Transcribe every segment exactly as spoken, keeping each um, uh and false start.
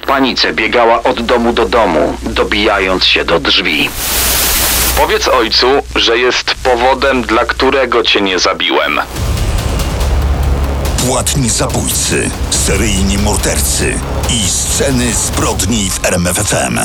panice biegała od domu do domu, dobijając się do drzwi. Powiedz ojcu, że jest powodem, dla którego cię nie zabiłem. Płatni zabójcy, seryjni mordercy i sceny zbrodni w R M F F M.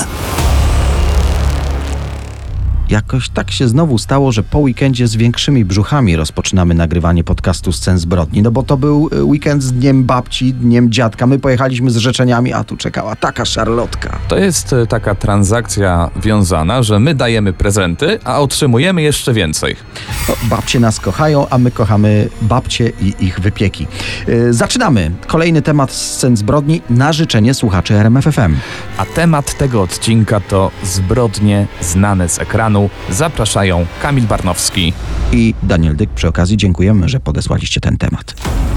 Jakoś tak się znowu stało, że po weekendzie z większymi brzuchami rozpoczynamy nagrywanie podcastu Scen Zbrodni. No bo to był weekend z Dniem Babci, Dniem Dziadka. My pojechaliśmy z życzeniami, a tu czekała taka szarlotka. To jest taka transakcja wiązana, że my dajemy prezenty, a otrzymujemy jeszcze więcej. No, babcie nas kochają, a my kochamy babcie i ich wypieki. Yy, zaczynamy. Kolejny temat Scen Zbrodni na życzenie słuchaczy R M F F M. A temat tego odcinka to zbrodnie znane z ekranu. Zapraszają Kamil Barnowski i Daniel Dyk. Przy okazji dziękujemy, że podesłaliście ten temat.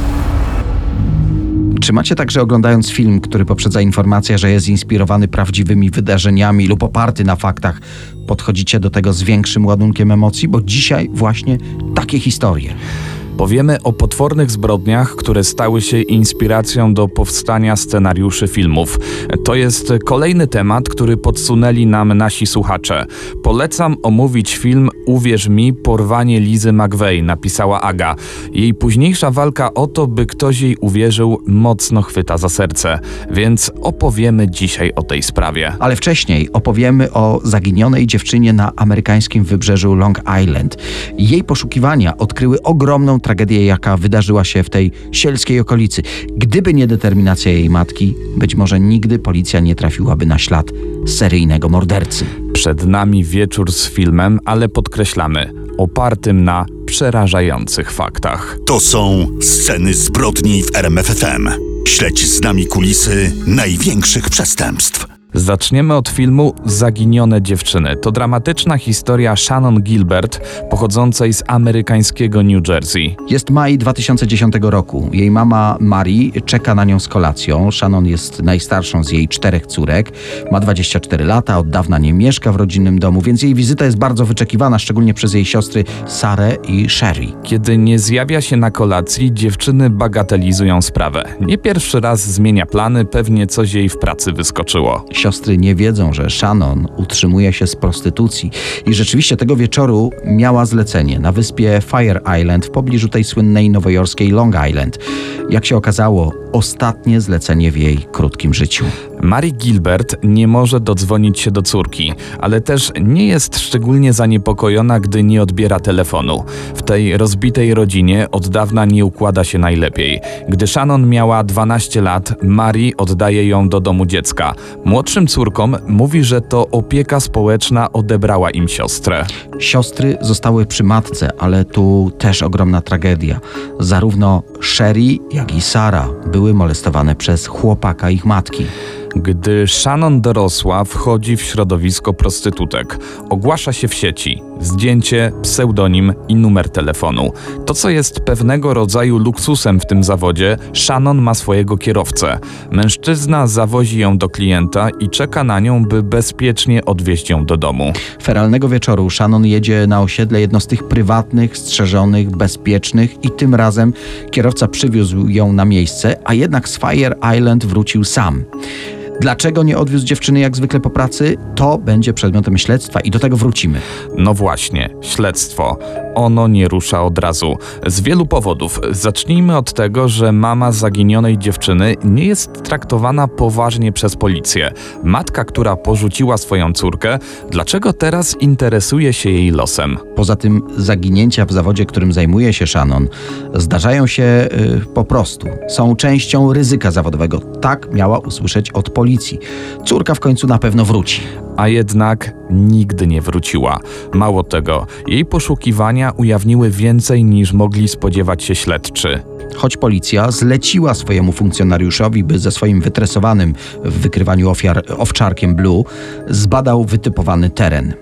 Czy macie także, oglądając film, który poprzedza informacja, że jest inspirowany prawdziwymi wydarzeniami lub oparty na faktach, podchodzicie do tego z większym ładunkiem emocji? Bo dzisiaj właśnie takie historie. Powiemy o potwornych zbrodniach, które stały się inspiracją do powstania scenariuszy filmów. To jest kolejny temat, który podsunęli nam nasi słuchacze. Polecam omówić film Uwierz mi, porwanie Lizy McVeigh, napisała Aga. Jej późniejsza walka o to, by ktoś jej uwierzył, mocno chwyta za serce. Więc opowiemy dzisiaj o tej sprawie. Ale wcześniej opowiemy o zaginionej dziewczynie na amerykańskim wybrzeżu Long Island. Jej poszukiwania odkryły ogromną tragedię, jaka wydarzyła się w tej sielskiej okolicy. Gdyby nie determinacja jej matki, być może nigdy policja nie trafiłaby na ślad seryjnego mordercy. Przed nami wieczór z filmem, ale podkreślamy, opartym na przerażających faktach. To są sceny zbrodni w R M F F M. Śledź z nami kulisy największych przestępstw. Zaczniemy od filmu Zaginione dziewczyny. To dramatyczna historia Shannon Gilbert, pochodzącej z amerykańskiego New Jersey. Jest maj dwa tysiące dziesiątego roku. Jej mama Mary czeka na nią z kolacją. Shannon jest najstarszą z jej czterech córek. Ma dwadzieścia cztery lata, od dawna nie mieszka w rodzinnym domu, więc jej wizyta jest bardzo wyczekiwana, szczególnie przez jej siostry Sarę i Sherry. Kiedy nie zjawia się na kolacji, dziewczyny bagatelizują sprawę. Nie pierwszy raz zmienia plany, pewnie coś jej w pracy wyskoczyło. Siostry nie wiedzą, że Shannon utrzymuje się z prostytucji i rzeczywiście tego wieczoru miała zlecenie na wyspie Fire Island w pobliżu tej słynnej nowojorskiej Long Island. Jak się okazało, ostatnie zlecenie w jej krótkim życiu. Mary Gilbert nie może dodzwonić się do córki, ale też nie jest szczególnie zaniepokojona, gdy nie odbiera telefonu. W tej rozbitej rodzinie od dawna nie układa się najlepiej. Gdy Shannon miała dwanaście lat, Mary oddaje ją do domu dziecka. Młodszym córkom mówi, że to opieka społeczna odebrała im siostrę. Siostry zostały przy matce, ale tu też ogromna tragedia. Zarówno Sherry, jak i Sara były molestowane przez chłopaka ich matki. Gdy Shannon dorosła, wchodzi w środowisko prostytutek. Ogłasza się w sieci. Zdjęcie, pseudonim i numer telefonu. To, co jest pewnego rodzaju luksusem w tym zawodzie, Shannon ma swojego kierowcę. Mężczyzna zawozi ją do klienta i czeka na nią, by bezpiecznie odwieźć ją do domu. Feralnego wieczoru Shannon jedzie na osiedle, jedno z tych prywatnych, strzeżonych, bezpiecznych, i tym razem kierowca przywiózł ją na miejsce, a jednak z Fire Island wrócił sam. Dlaczego nie odwiózł dziewczyny jak zwykle po pracy? To będzie przedmiotem śledztwa i do tego wrócimy. No właśnie, śledztwo. Ono nie rusza od razu. Z wielu powodów. Zacznijmy od tego, że mama zaginionej dziewczyny nie jest traktowana poważnie przez policję. Matka, która porzuciła swoją córkę, dlaczego teraz interesuje się jej losem? Poza tym zaginięcia w zawodzie, którym zajmuje się Shannon, zdarzają się yy, po prostu. Są częścią ryzyka zawodowego. Tak miała usłyszeć od policji. Córka w końcu na pewno wróci. A jednak nigdy nie wróciła. Mało tego, jej poszukiwania ujawniły więcej, niż mogli spodziewać się śledczy. Choć policja zleciła swojemu funkcjonariuszowi, by ze swoim wytresowanym w wykrywaniu ofiar owczarkiem Blue zbadał wytypowany teren.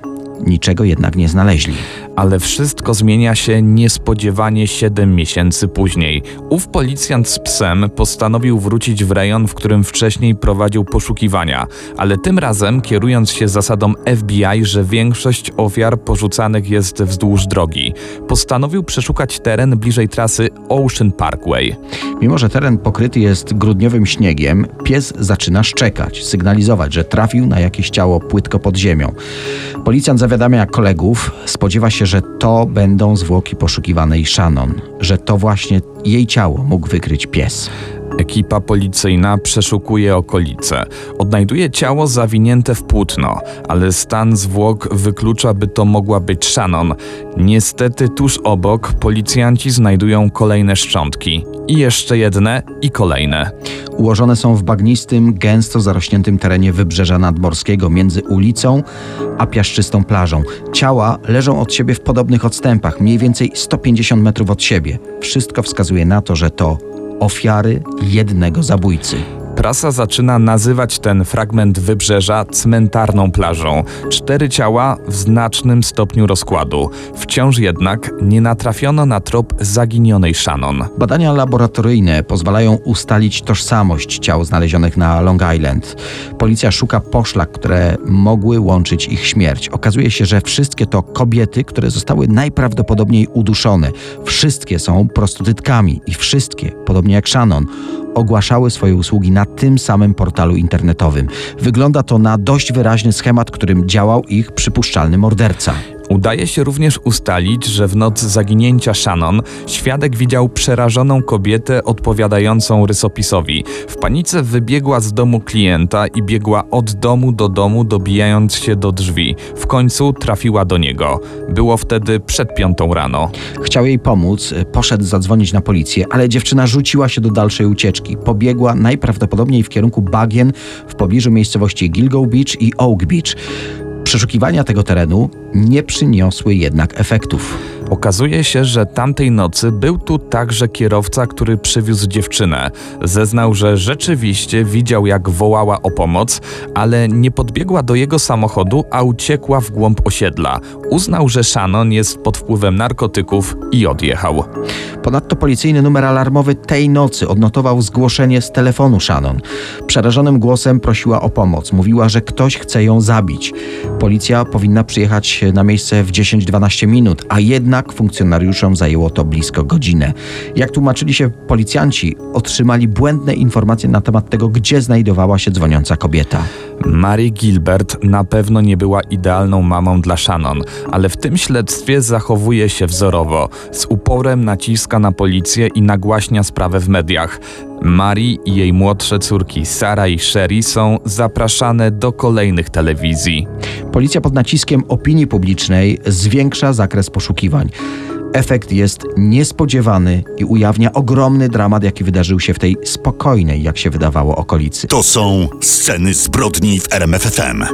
Niczego jednak nie znaleźli. Ale wszystko zmienia się niespodziewanie siedem miesięcy później. Ów policjant z psem postanowił wrócić w rejon, w którym wcześniej prowadził poszukiwania, ale tym razem kierując się zasadą F B I, że większość ofiar porzucanych jest wzdłuż drogi. Postanowił przeszukać teren bliżej trasy Ocean Parkway. Mimo że teren pokryty jest grudniowym śniegiem, pies zaczyna szczekać, sygnalizować, że trafił na jakieś ciało płytko pod ziemią. Policjant zawiadamia kolegów, spodziewa się, że to będą zwłoki poszukiwanej Shannon, że to właśnie jej ciało mógł wykryć pies. Ekipa policyjna przeszukuje okolice. Odnajduje ciało zawinięte w płótno, ale stan zwłok wyklucza, by to mogła być Shannon. Niestety tuż obok policjanci znajdują kolejne szczątki. I jeszcze jedne i kolejne. Ułożone są w bagnistym, gęsto zarośniętym terenie wybrzeża nadmorskiego między ulicą a piaszczystą plażą. Ciała leżą od siebie w podobnych odstępach, mniej więcej sto pięćdziesiąt metrów od siebie. Wszystko wskazuje na to, że to ofiary jednego zabójcy. Prasa zaczyna nazywać ten fragment wybrzeża cmentarną plażą. Cztery ciała w znacznym stopniu rozkładu. Wciąż jednak nie natrafiono na trop zaginionej Shannon. Badania laboratoryjne pozwalają ustalić tożsamość ciał znalezionych na Long Island. Policja szuka poszlak, które mogły łączyć ich śmierć. Okazuje się, że wszystkie to kobiety, które zostały najprawdopodobniej uduszone. Wszystkie są prostytutkami i wszystkie, podobnie jak Shannon, ogłaszały swoje usługi na tym samym portalu internetowym. Wygląda to na dość wyraźny schemat, którym działał ich przypuszczalny morderca. Udaje się również ustalić, że w noc zaginięcia Shannon świadek widział przerażoną kobietę odpowiadającą rysopisowi. W panice wybiegła z domu klienta i biegła od domu do domu, dobijając się do drzwi. W końcu trafiła do niego. Było wtedy przed piątą rano. Chciał jej pomóc, poszedł zadzwonić na policję, ale dziewczyna rzuciła się do dalszej ucieczki. Pobiegła najprawdopodobniej w kierunku bagien w pobliżu miejscowości Gilgo Beach i Oak Beach. Przeszukiwania tego terenu nie przyniosły jednak efektów. Okazuje się, że tamtej nocy był tu także kierowca, który przywiózł dziewczynę. Zeznał, że rzeczywiście widział, jak wołała o pomoc, ale nie podbiegła do jego samochodu, a uciekła w głąb osiedla. Uznał, że Shannon jest pod wpływem narkotyków i odjechał. Ponadto policyjny numer alarmowy tej nocy odnotował zgłoszenie z telefonu Shannon. Przerażonym głosem prosiła o pomoc. Mówiła, że ktoś chce ją zabić. Policja powinna przyjechać na miejsce w dziesięć dwanaście minut, a jednak funkcjonariuszom zajęło to blisko godzinę. Jak tłumaczyli się policjanci, otrzymali błędne informacje na temat tego, gdzie znajdowała się dzwoniąca kobieta. Mary Gilbert na pewno nie była idealną mamą dla Shannon, ale w tym śledztwie zachowuje się wzorowo. Z uporem naciska na policję i nagłaśnia sprawę w mediach. Mary i jej młodsze córki Sarah i Sherry są zapraszane do kolejnych telewizji. Policja pod naciskiem opinii publicznej zwiększa zakres poszukiwań. Efekt jest niespodziewany i ujawnia ogromny dramat, jaki wydarzył się w tej spokojnej, jak się wydawało, okolicy. To są sceny zbrodni w R M F F M.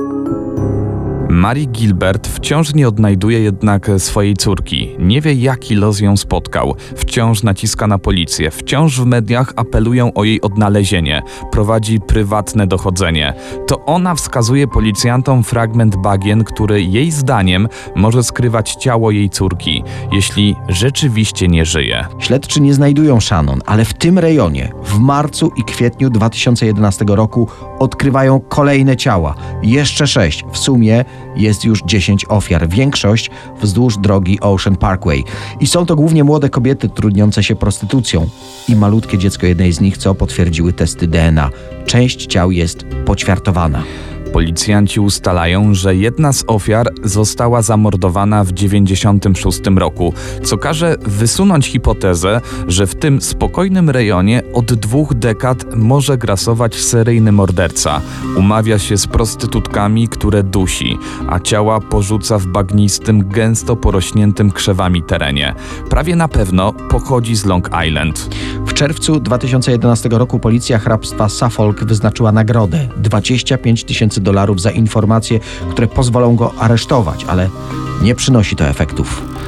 Mary Gilbert wciąż nie odnajduje jednak swojej córki. Nie wie, jaki los ją spotkał. Wciąż naciska na policję. Wciąż w mediach apelują o jej odnalezienie. Prowadzi prywatne dochodzenie. To ona wskazuje policjantom fragment bagien, który jej zdaniem może skrywać ciało jej córki, jeśli rzeczywiście nie żyje. Śledczy nie znajdują Shannon, ale w tym rejonie w marcu i kwietniu dwa tysiące jedenastego roku odkrywają kolejne ciała. Jeszcze sześć. W sumie jest już dziesięć ofiar, większość wzdłuż drogi Ocean Parkway. I są to głównie młode kobiety trudniące się prostytucją i malutkie dziecko jednej z nich, co potwierdziły testy D N A. Część ciał jest poćwiartowana. Policjanci ustalają, że jedna z ofiar została zamordowana w dziewięćdziesiątym szóstym roku, co każe wysunąć hipotezę, że w tym spokojnym rejonie od dwóch dekad może grasować seryjny morderca. Umawia się z prostytutkami, które dusi, a ciała porzuca w bagnistym, gęsto porośniętym krzewami terenie. Prawie na pewno pochodzi z Long Island. W czerwcu dwa tysiące jedenastego roku policja hrabstwa Suffolk wyznaczyła nagrodę dwadzieścia pięć tysięcy dolarów za informacje, które pozwolą go aresztować, ale nie przynosi to efektów. W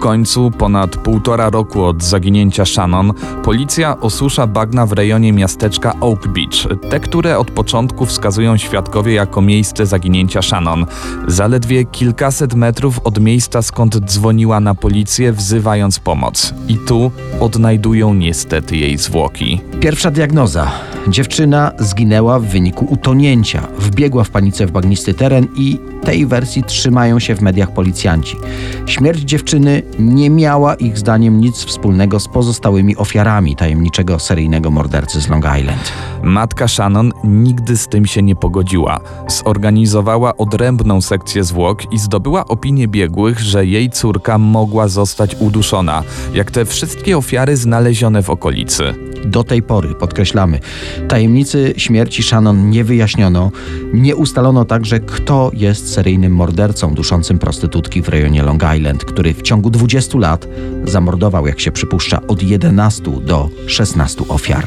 końcu, ponad półtora roku od zaginięcia Shannon, policja osusza bagna w rejonie miasteczka Oak Beach, te, które od początku wskazują świadkowie jako miejsce zaginięcia Shannon. Zaledwie kilkaset metrów od miejsca, skąd dzwoniła na policję, wzywając pomoc. I tu odnajdują niestety jej zwłoki. Pierwsza diagnoza. Dziewczyna zginęła w wyniku utonięcia. Wbiegła w panice w bagnisty teren i tej wersji trzymają się w mediach policjanci. Śmierć dziewczyny nie miała ich zdaniem nic wspólnego z pozostałymi ofiarami tajemniczego seryjnego mordercy z Long Island. Matka Shannon nigdy z tym się nie pogodziła. Zorganizowała odrębną sekcję zwłok i zdobyła opinię biegłych, że jej córka mogła zostać uduszona, jak te wszystkie ofiary znalezione w okolicy. Do tej pory, podkreślamy, tajemnicy śmierci Shannon nie wyjaśniono. Nie ustalono także, kto jest seryjnym mordercą duszącym prostytutki w rejonie Long Island, który w ciągu dwudziestu lat zamordował, jak się przypuszcza, od jedenastu do szesnastu ofiar.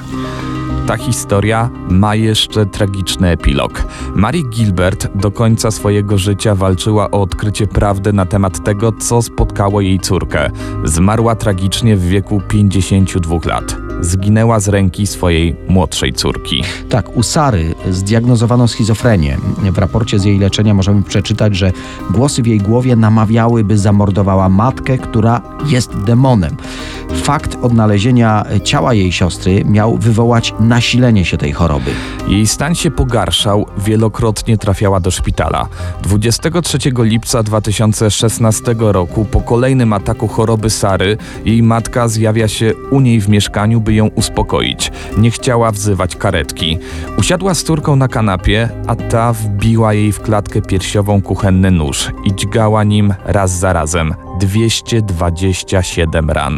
Ta historia ma jeszcze tragiczny epilog. Mary Gilbert do końca swojego życia walczyła o odkrycie prawdy na temat tego, co spotkało jej córkę. Zmarła tragicznie w wieku pięćdziesięciu dwóch lat. Zginęła z ręki swojej młodszej córki. Tak, u Sary zdiagnozowano schizofrenię. W raporcie z jej leczenia możemy przeczytać, że głosy w jej głowie namawiały, by zamordowała matkę, która jest demonem. Fakt odnalezienia ciała jej siostry miał wywołać nasilenie się tej choroby. Jej stan się pogarszał, wielokrotnie trafiała do szpitala. dwudziestego trzeciego lipca dwa tysiące szesnastego roku, po kolejnym ataku choroby Sary, jej matka zjawia się u niej w mieszkaniu, by ją uspokoić. Nie chciała wzywać karetki. Usiadła z córką na kanapie, a ta wbiła jej w klatkę piersiową kuchenny nóż i dźgała nim raz za razem. dwieście dwadzieścia siedem ran.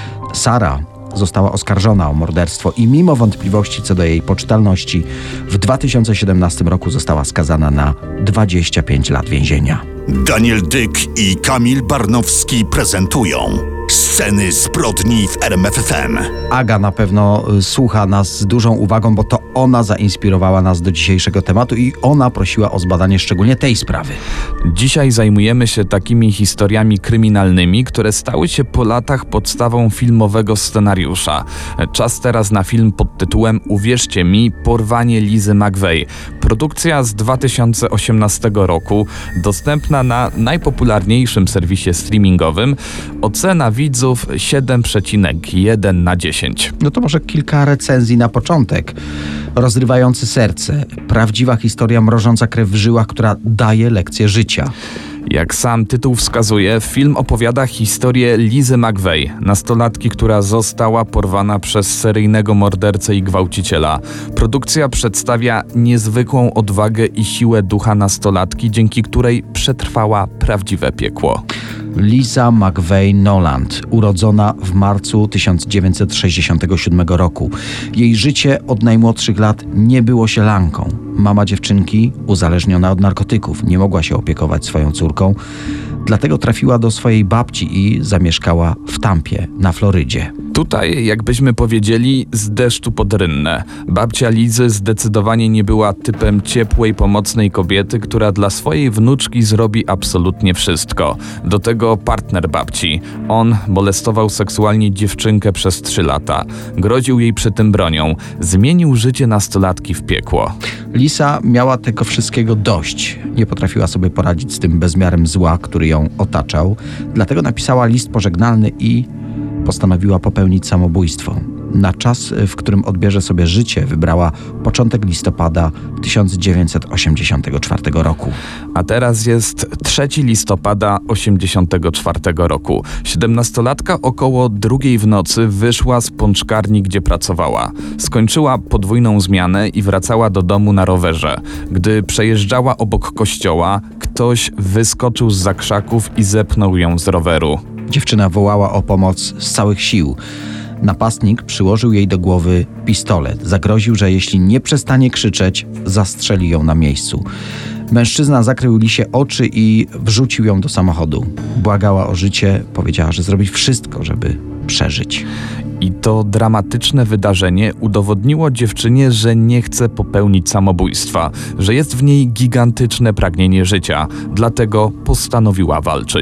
Sara została oskarżona o morderstwo i mimo wątpliwości co do jej poczytalności w dwa tysiące siedemnastym roku została skazana na dwadzieścia pięć lat więzienia. Daniel Dyk i Kamil Barnowski prezentują Sceny zbrodni w R M F F M. Aga na pewno słucha nas z dużą uwagą, bo to ona zainspirowała nas do dzisiejszego tematu i ona prosiła o zbadanie szczególnie tej sprawy. Dzisiaj zajmujemy się takimi historiami kryminalnymi, które stały się po latach podstawą filmowego scenariusza. Czas teraz na film pod tytułem Uwierzcie mi, porwanie Lizy McVeigh. Produkcja z dwa tysiące osiemnastego roku, dostępna na najpopularniejszym serwisie streamingowym. Ocena widzów siedem przecinek jeden na dziesięć. No to może kilka recenzji na początek. Rozrywający serce, prawdziwa historia mrożąca krew w żyłach, która daje lekcję życia. Jak sam tytuł wskazuje, film opowiada historię Lizy McVeigh, nastolatki, która została porwana przez seryjnego mordercę i gwałciciela. Produkcja przedstawia niezwykłą odwagę i siłę ducha nastolatki, dzięki której przetrwała prawdziwe piekło. Liza McVeigh Noland, urodzona w marcu tysiąc dziewięćset sześćdziesiątego siódmego roku. Jej życie od najmłodszych lat nie było sielanką. Mama dziewczynki, uzależniona od narkotyków, nie mogła się opiekować swoją córką, dlatego trafiła do swojej babci i zamieszkała w Tampie, na Florydzie. Tutaj, jakbyśmy powiedzieli, z deszczu pod rynnę. Babcia Lizy zdecydowanie nie była typem ciepłej, pomocnej kobiety, która dla swojej wnuczki zrobi absolutnie wszystko. Do tego partner babci. On molestował seksualnie dziewczynkę przez trzy lata. Groził jej przy tym bronią. Zmienił życie nastolatki w piekło. Lisa miała tego wszystkiego dość. Nie potrafiła sobie poradzić z tym bezmiarem zła, który ją otaczał. Dlatego napisała list pożegnalny i postanowiła popełnić samobójstwo. Na czas, w którym odbierze sobie życie, wybrała początek listopada tysiąc dziewięćset osiemdziesiątego czwartego roku. A teraz jest trzeciego listopada osiemdziesiątego czwartego roku. Siedemnastolatka około drugiej w nocy wyszła z pączkarni, gdzie pracowała. Skończyła podwójną zmianę i wracała do domu na rowerze. Gdy przejeżdżała obok kościoła, ktoś wyskoczył zza krzaków i zepnął ją z roweru. Dziewczyna wołała o pomoc z całych sił. Napastnik przyłożył jej do głowy pistolet. Zagroził, że jeśli nie przestanie krzyczeć, zastrzeli ją na miejscu. Mężczyzna zakrył Lisie oczy i wrzucił ją do samochodu. Błagała o życie, powiedziała, że zrobi wszystko, żeby przeżyć. I to dramatyczne wydarzenie udowodniło dziewczynie, że nie chce popełnić samobójstwa, że jest w niej gigantyczne pragnienie życia, dlatego postanowiła walczyć.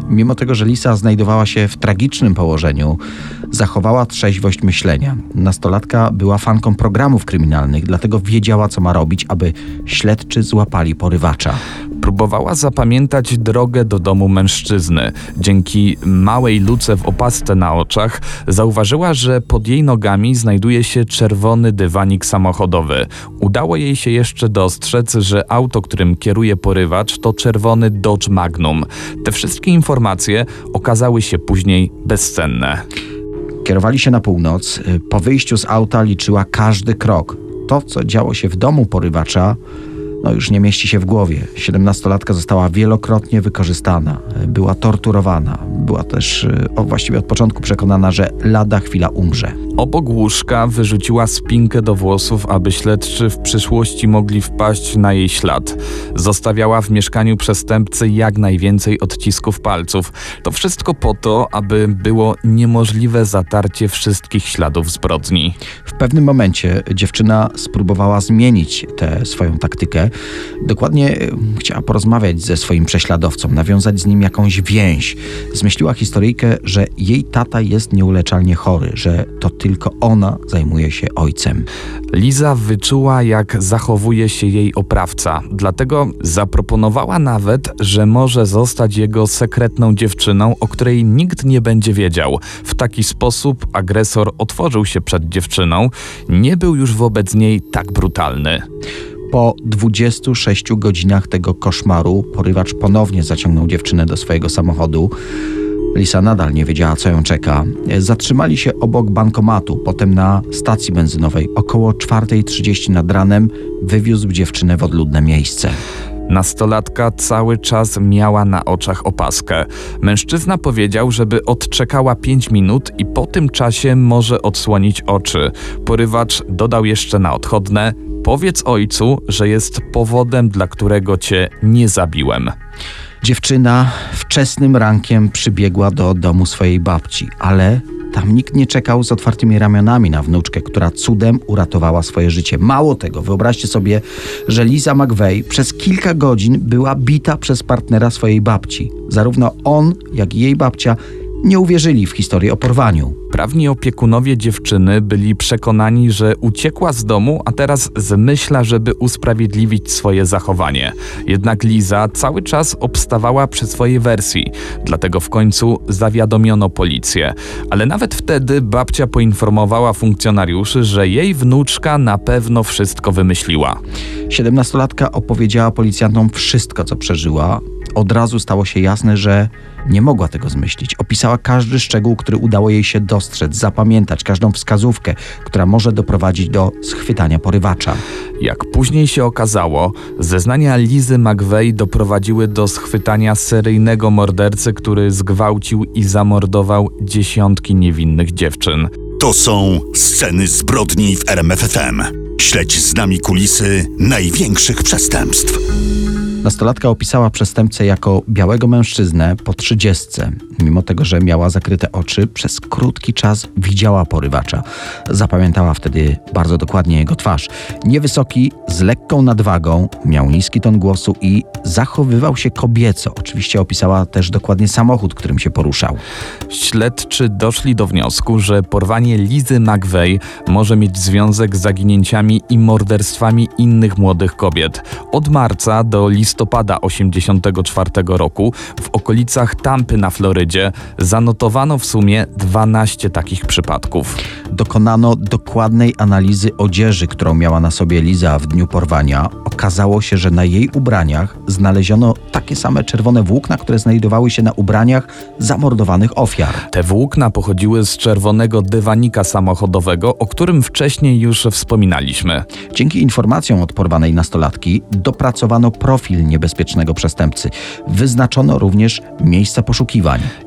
Mimo tego, że Lisa znajdowała się w tragicznym położeniu, zachowała trzeźwość myślenia. Nastolatka była fanką programów kryminalnych, dlatego wiedziała, co ma robić, aby śledczy złapali porywacza. Próbowała zapamiętać drogę do domu mężczyzny. Dzięki małej luce w opasce na oczach zauważyła, że pod jej nogami znajduje się czerwony dywanik samochodowy. Udało jej się jeszcze dostrzec, że auto, którym kieruje porywacz, to czerwony Dodge Magnum. Te wszystkie informacje okazały się później bezcenne. Kierowali się na północ. Po wyjściu z auta liczyła każdy krok. To, co działo się w domu porywacza, no już nie mieści się w głowie. Siedemnastolatka została wielokrotnie wykorzystana, była torturowana. Była też o, właściwie od początku przekonana, że lada chwila umrze. Obok łóżka wyrzuciła spinkę do włosów, aby śledczy w przyszłości mogli wpaść na jej ślad. Zostawiała w mieszkaniu przestępcy jak najwięcej odcisków palców. To wszystko po to, aby było niemożliwe zatarcie wszystkich śladów zbrodni. W pewnym momencie dziewczyna spróbowała zmienić tę swoją taktykę. Dokładnie chciała porozmawiać ze swoim prześladowcą, nawiązać z nim jakąś więź. Zmyśliła historyjkę, że jej tata jest nieuleczalnie chory, że to tylko ona zajmuje się ojcem. Liza wyczuła, jak zachowuje się jej oprawca, dlatego zaproponowała nawet, że może zostać jego sekretną dziewczyną, o której nikt nie będzie wiedział. W taki sposób agresor otworzył się przed dziewczyną, nie był już wobec niej tak brutalny. Po dwudziestu sześciu godzinach tego koszmaru porywacz ponownie zaciągnął dziewczynę do swojego samochodu. Lisa nadal nie wiedziała, co ją czeka. Zatrzymali się obok bankomatu, potem na stacji benzynowej. Około czwartej trzydzieści nad ranem wywiózł dziewczynę w odludne miejsce. Nastolatka cały czas miała na oczach opaskę. Mężczyzna powiedział, żeby odczekała pięć minut i po tym czasie może odsłonić oczy. Porywacz dodał jeszcze na odchodne: powiedz ojcu, że jest powodem, dla którego cię nie zabiłem. Dziewczyna wczesnym rankiem przybiegła do domu swojej babci, ale tam nikt nie czekał z otwartymi ramionami na wnuczkę, która cudem uratowała swoje życie. Mało tego, wyobraźcie sobie, że Lisa McVeigh przez kilka godzin była bita przez partnera swojej babci. Zarówno on, jak i jej babcia nie uwierzyli w historię o porwaniu. Prawni opiekunowie dziewczyny byli przekonani, że uciekła z domu, a teraz zmyśla, żeby usprawiedliwić swoje zachowanie. Jednak Liza cały czas obstawała przy swojej wersji, dlatego w końcu zawiadomiono policję. Ale nawet wtedy babcia poinformowała funkcjonariuszy, że jej wnuczka na pewno wszystko wymyśliła. Siedemnastolatka opowiedziała policjantom wszystko, co przeżyła. Od razu stało się jasne, że nie mogła tego zmyślić. Opisała każdy szczegół, który udało jej się dostrzec, zapamiętać, każdą wskazówkę, która może doprowadzić do schwytania porywacza. Jak później się okazało, zeznania Lizy McVeigh doprowadziły do schwytania seryjnego mordercy, który zgwałcił i zamordował dziesiątki niewinnych dziewczyn. To są sceny zbrodni w R M F F M. Śledź z nami kulisy największych przestępstw. Nastolatka opisała przestępcę jako białego mężczyznę po trzydziestce. Mimo tego, że miała zakryte oczy, przez krótki czas widziała porywacza. Zapamiętała wtedy bardzo dokładnie jego twarz. Niewysoki, z lekką nadwagą, miał niski ton głosu i zachowywał się kobieco. Oczywiście opisała też dokładnie samochód, którym się poruszał. Śledczy doszli do wniosku, że porwanie Lizy McVeigh może mieć związek z zaginięciami i morderstwami innych młodych kobiet. Od marca do listopada osiemdziesiątego czwartego roku w okolicach Tampy na Florydzie zanotowano w sumie dwanaście takich przypadków. Dokonano dokładnej analizy odzieży, którą miała na sobie Liza w dniu porwania. Okazało się, że na jej ubraniach znaleziono takie same czerwone włókna, które znajdowały się na ubraniach zamordowanych ofiar. Te włókna pochodziły z czerwonego dywanika samochodowego, o którym wcześniej już wspominaliśmy. Dzięki informacjom od porwanej nastolatki dopracowano profil niebezpiecznego przestępcy. Wyznaczono również miejsca poszukiwań.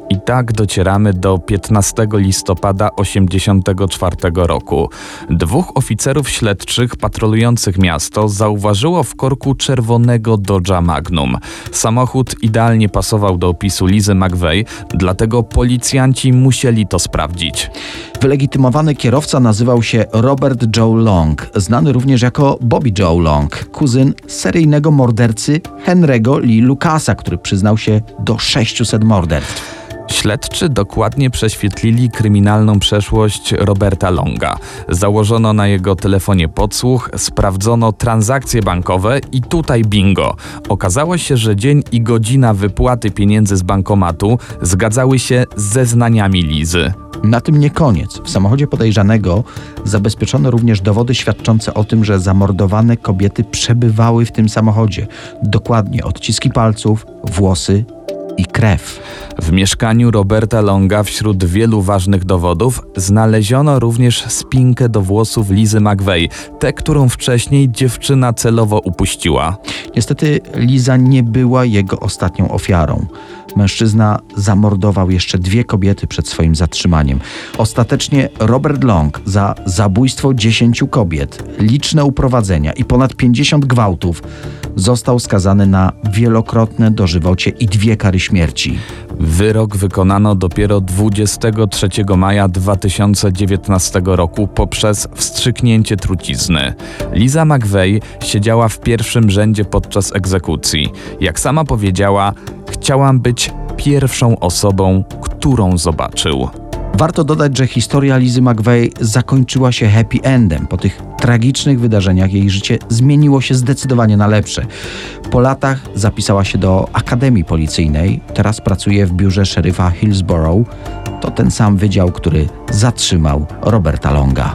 I tak docieramy do piętnastego listopada osiemdziesiątego czwartego roku. Dwóch oficerów śledczych patrolujących miasto zauważyło w korku czerwonego Dodge'a Magnum. Samochód idealnie pasował do opisu Lizy McVeigh, dlatego policjanci musieli to sprawdzić. Wylegitymowany kierowca nazywał się Robert Joe Long, znany również jako Bobby Joe Long, kuzyn seryjnego mordercy Henry'ego Lee Lucasa, który przyznał się do sześciuset morderstw. Śledczy dokładnie prześwietlili kryminalną przeszłość Roberta Longa. Założono na jego telefonie podsłuch, sprawdzono transakcje bankowe i tutaj bingo. Okazało się, że dzień i godzina wypłaty pieniędzy z bankomatu zgadzały się z zeznaniami Lizy. Na tym nie koniec. W samochodzie podejrzanego zabezpieczono również dowody świadczące o tym, że zamordowane kobiety przebywały w tym samochodzie. Dokładnie odciski palców, włosy i krew. W mieszkaniu Roberta Longa wśród wielu ważnych dowodów znaleziono również spinkę do włosów Lizy McVeigh, tę, którą wcześniej dziewczyna celowo upuściła. Niestety Liza nie była jego ostatnią ofiarą. Mężczyzna zamordował jeszcze dwie kobiety przed swoim zatrzymaniem. Ostatecznie Robert Long za zabójstwo dziesięciu kobiet, liczne uprowadzenia i ponad pięćdziesiąt gwałtów został skazany na wielokrotne dożywocie i dwie kary śmierci. Wyrok wykonano dopiero dwudziestego trzeciego maja dwa tysiące dziewiętnastego roku poprzez wstrzyknięcie trucizny. Liza McVeigh siedziała w pierwszym rzędzie podczas egzekucji. Jak sama powiedziała, chciałam być pierwszą osobą, którą zobaczył. Warto dodać, że historia Lizy McVeigh zakończyła się happy endem. Po tych tragicznych wydarzeniach jej życie zmieniło się zdecydowanie na lepsze. Po latach zapisała się do Akademii Policyjnej, teraz pracuje w biurze szeryfa Hillsborough. To ten sam wydział, który zatrzymał Roberta Longa.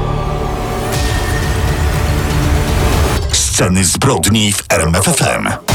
Sceny zbrodni w R M F F M.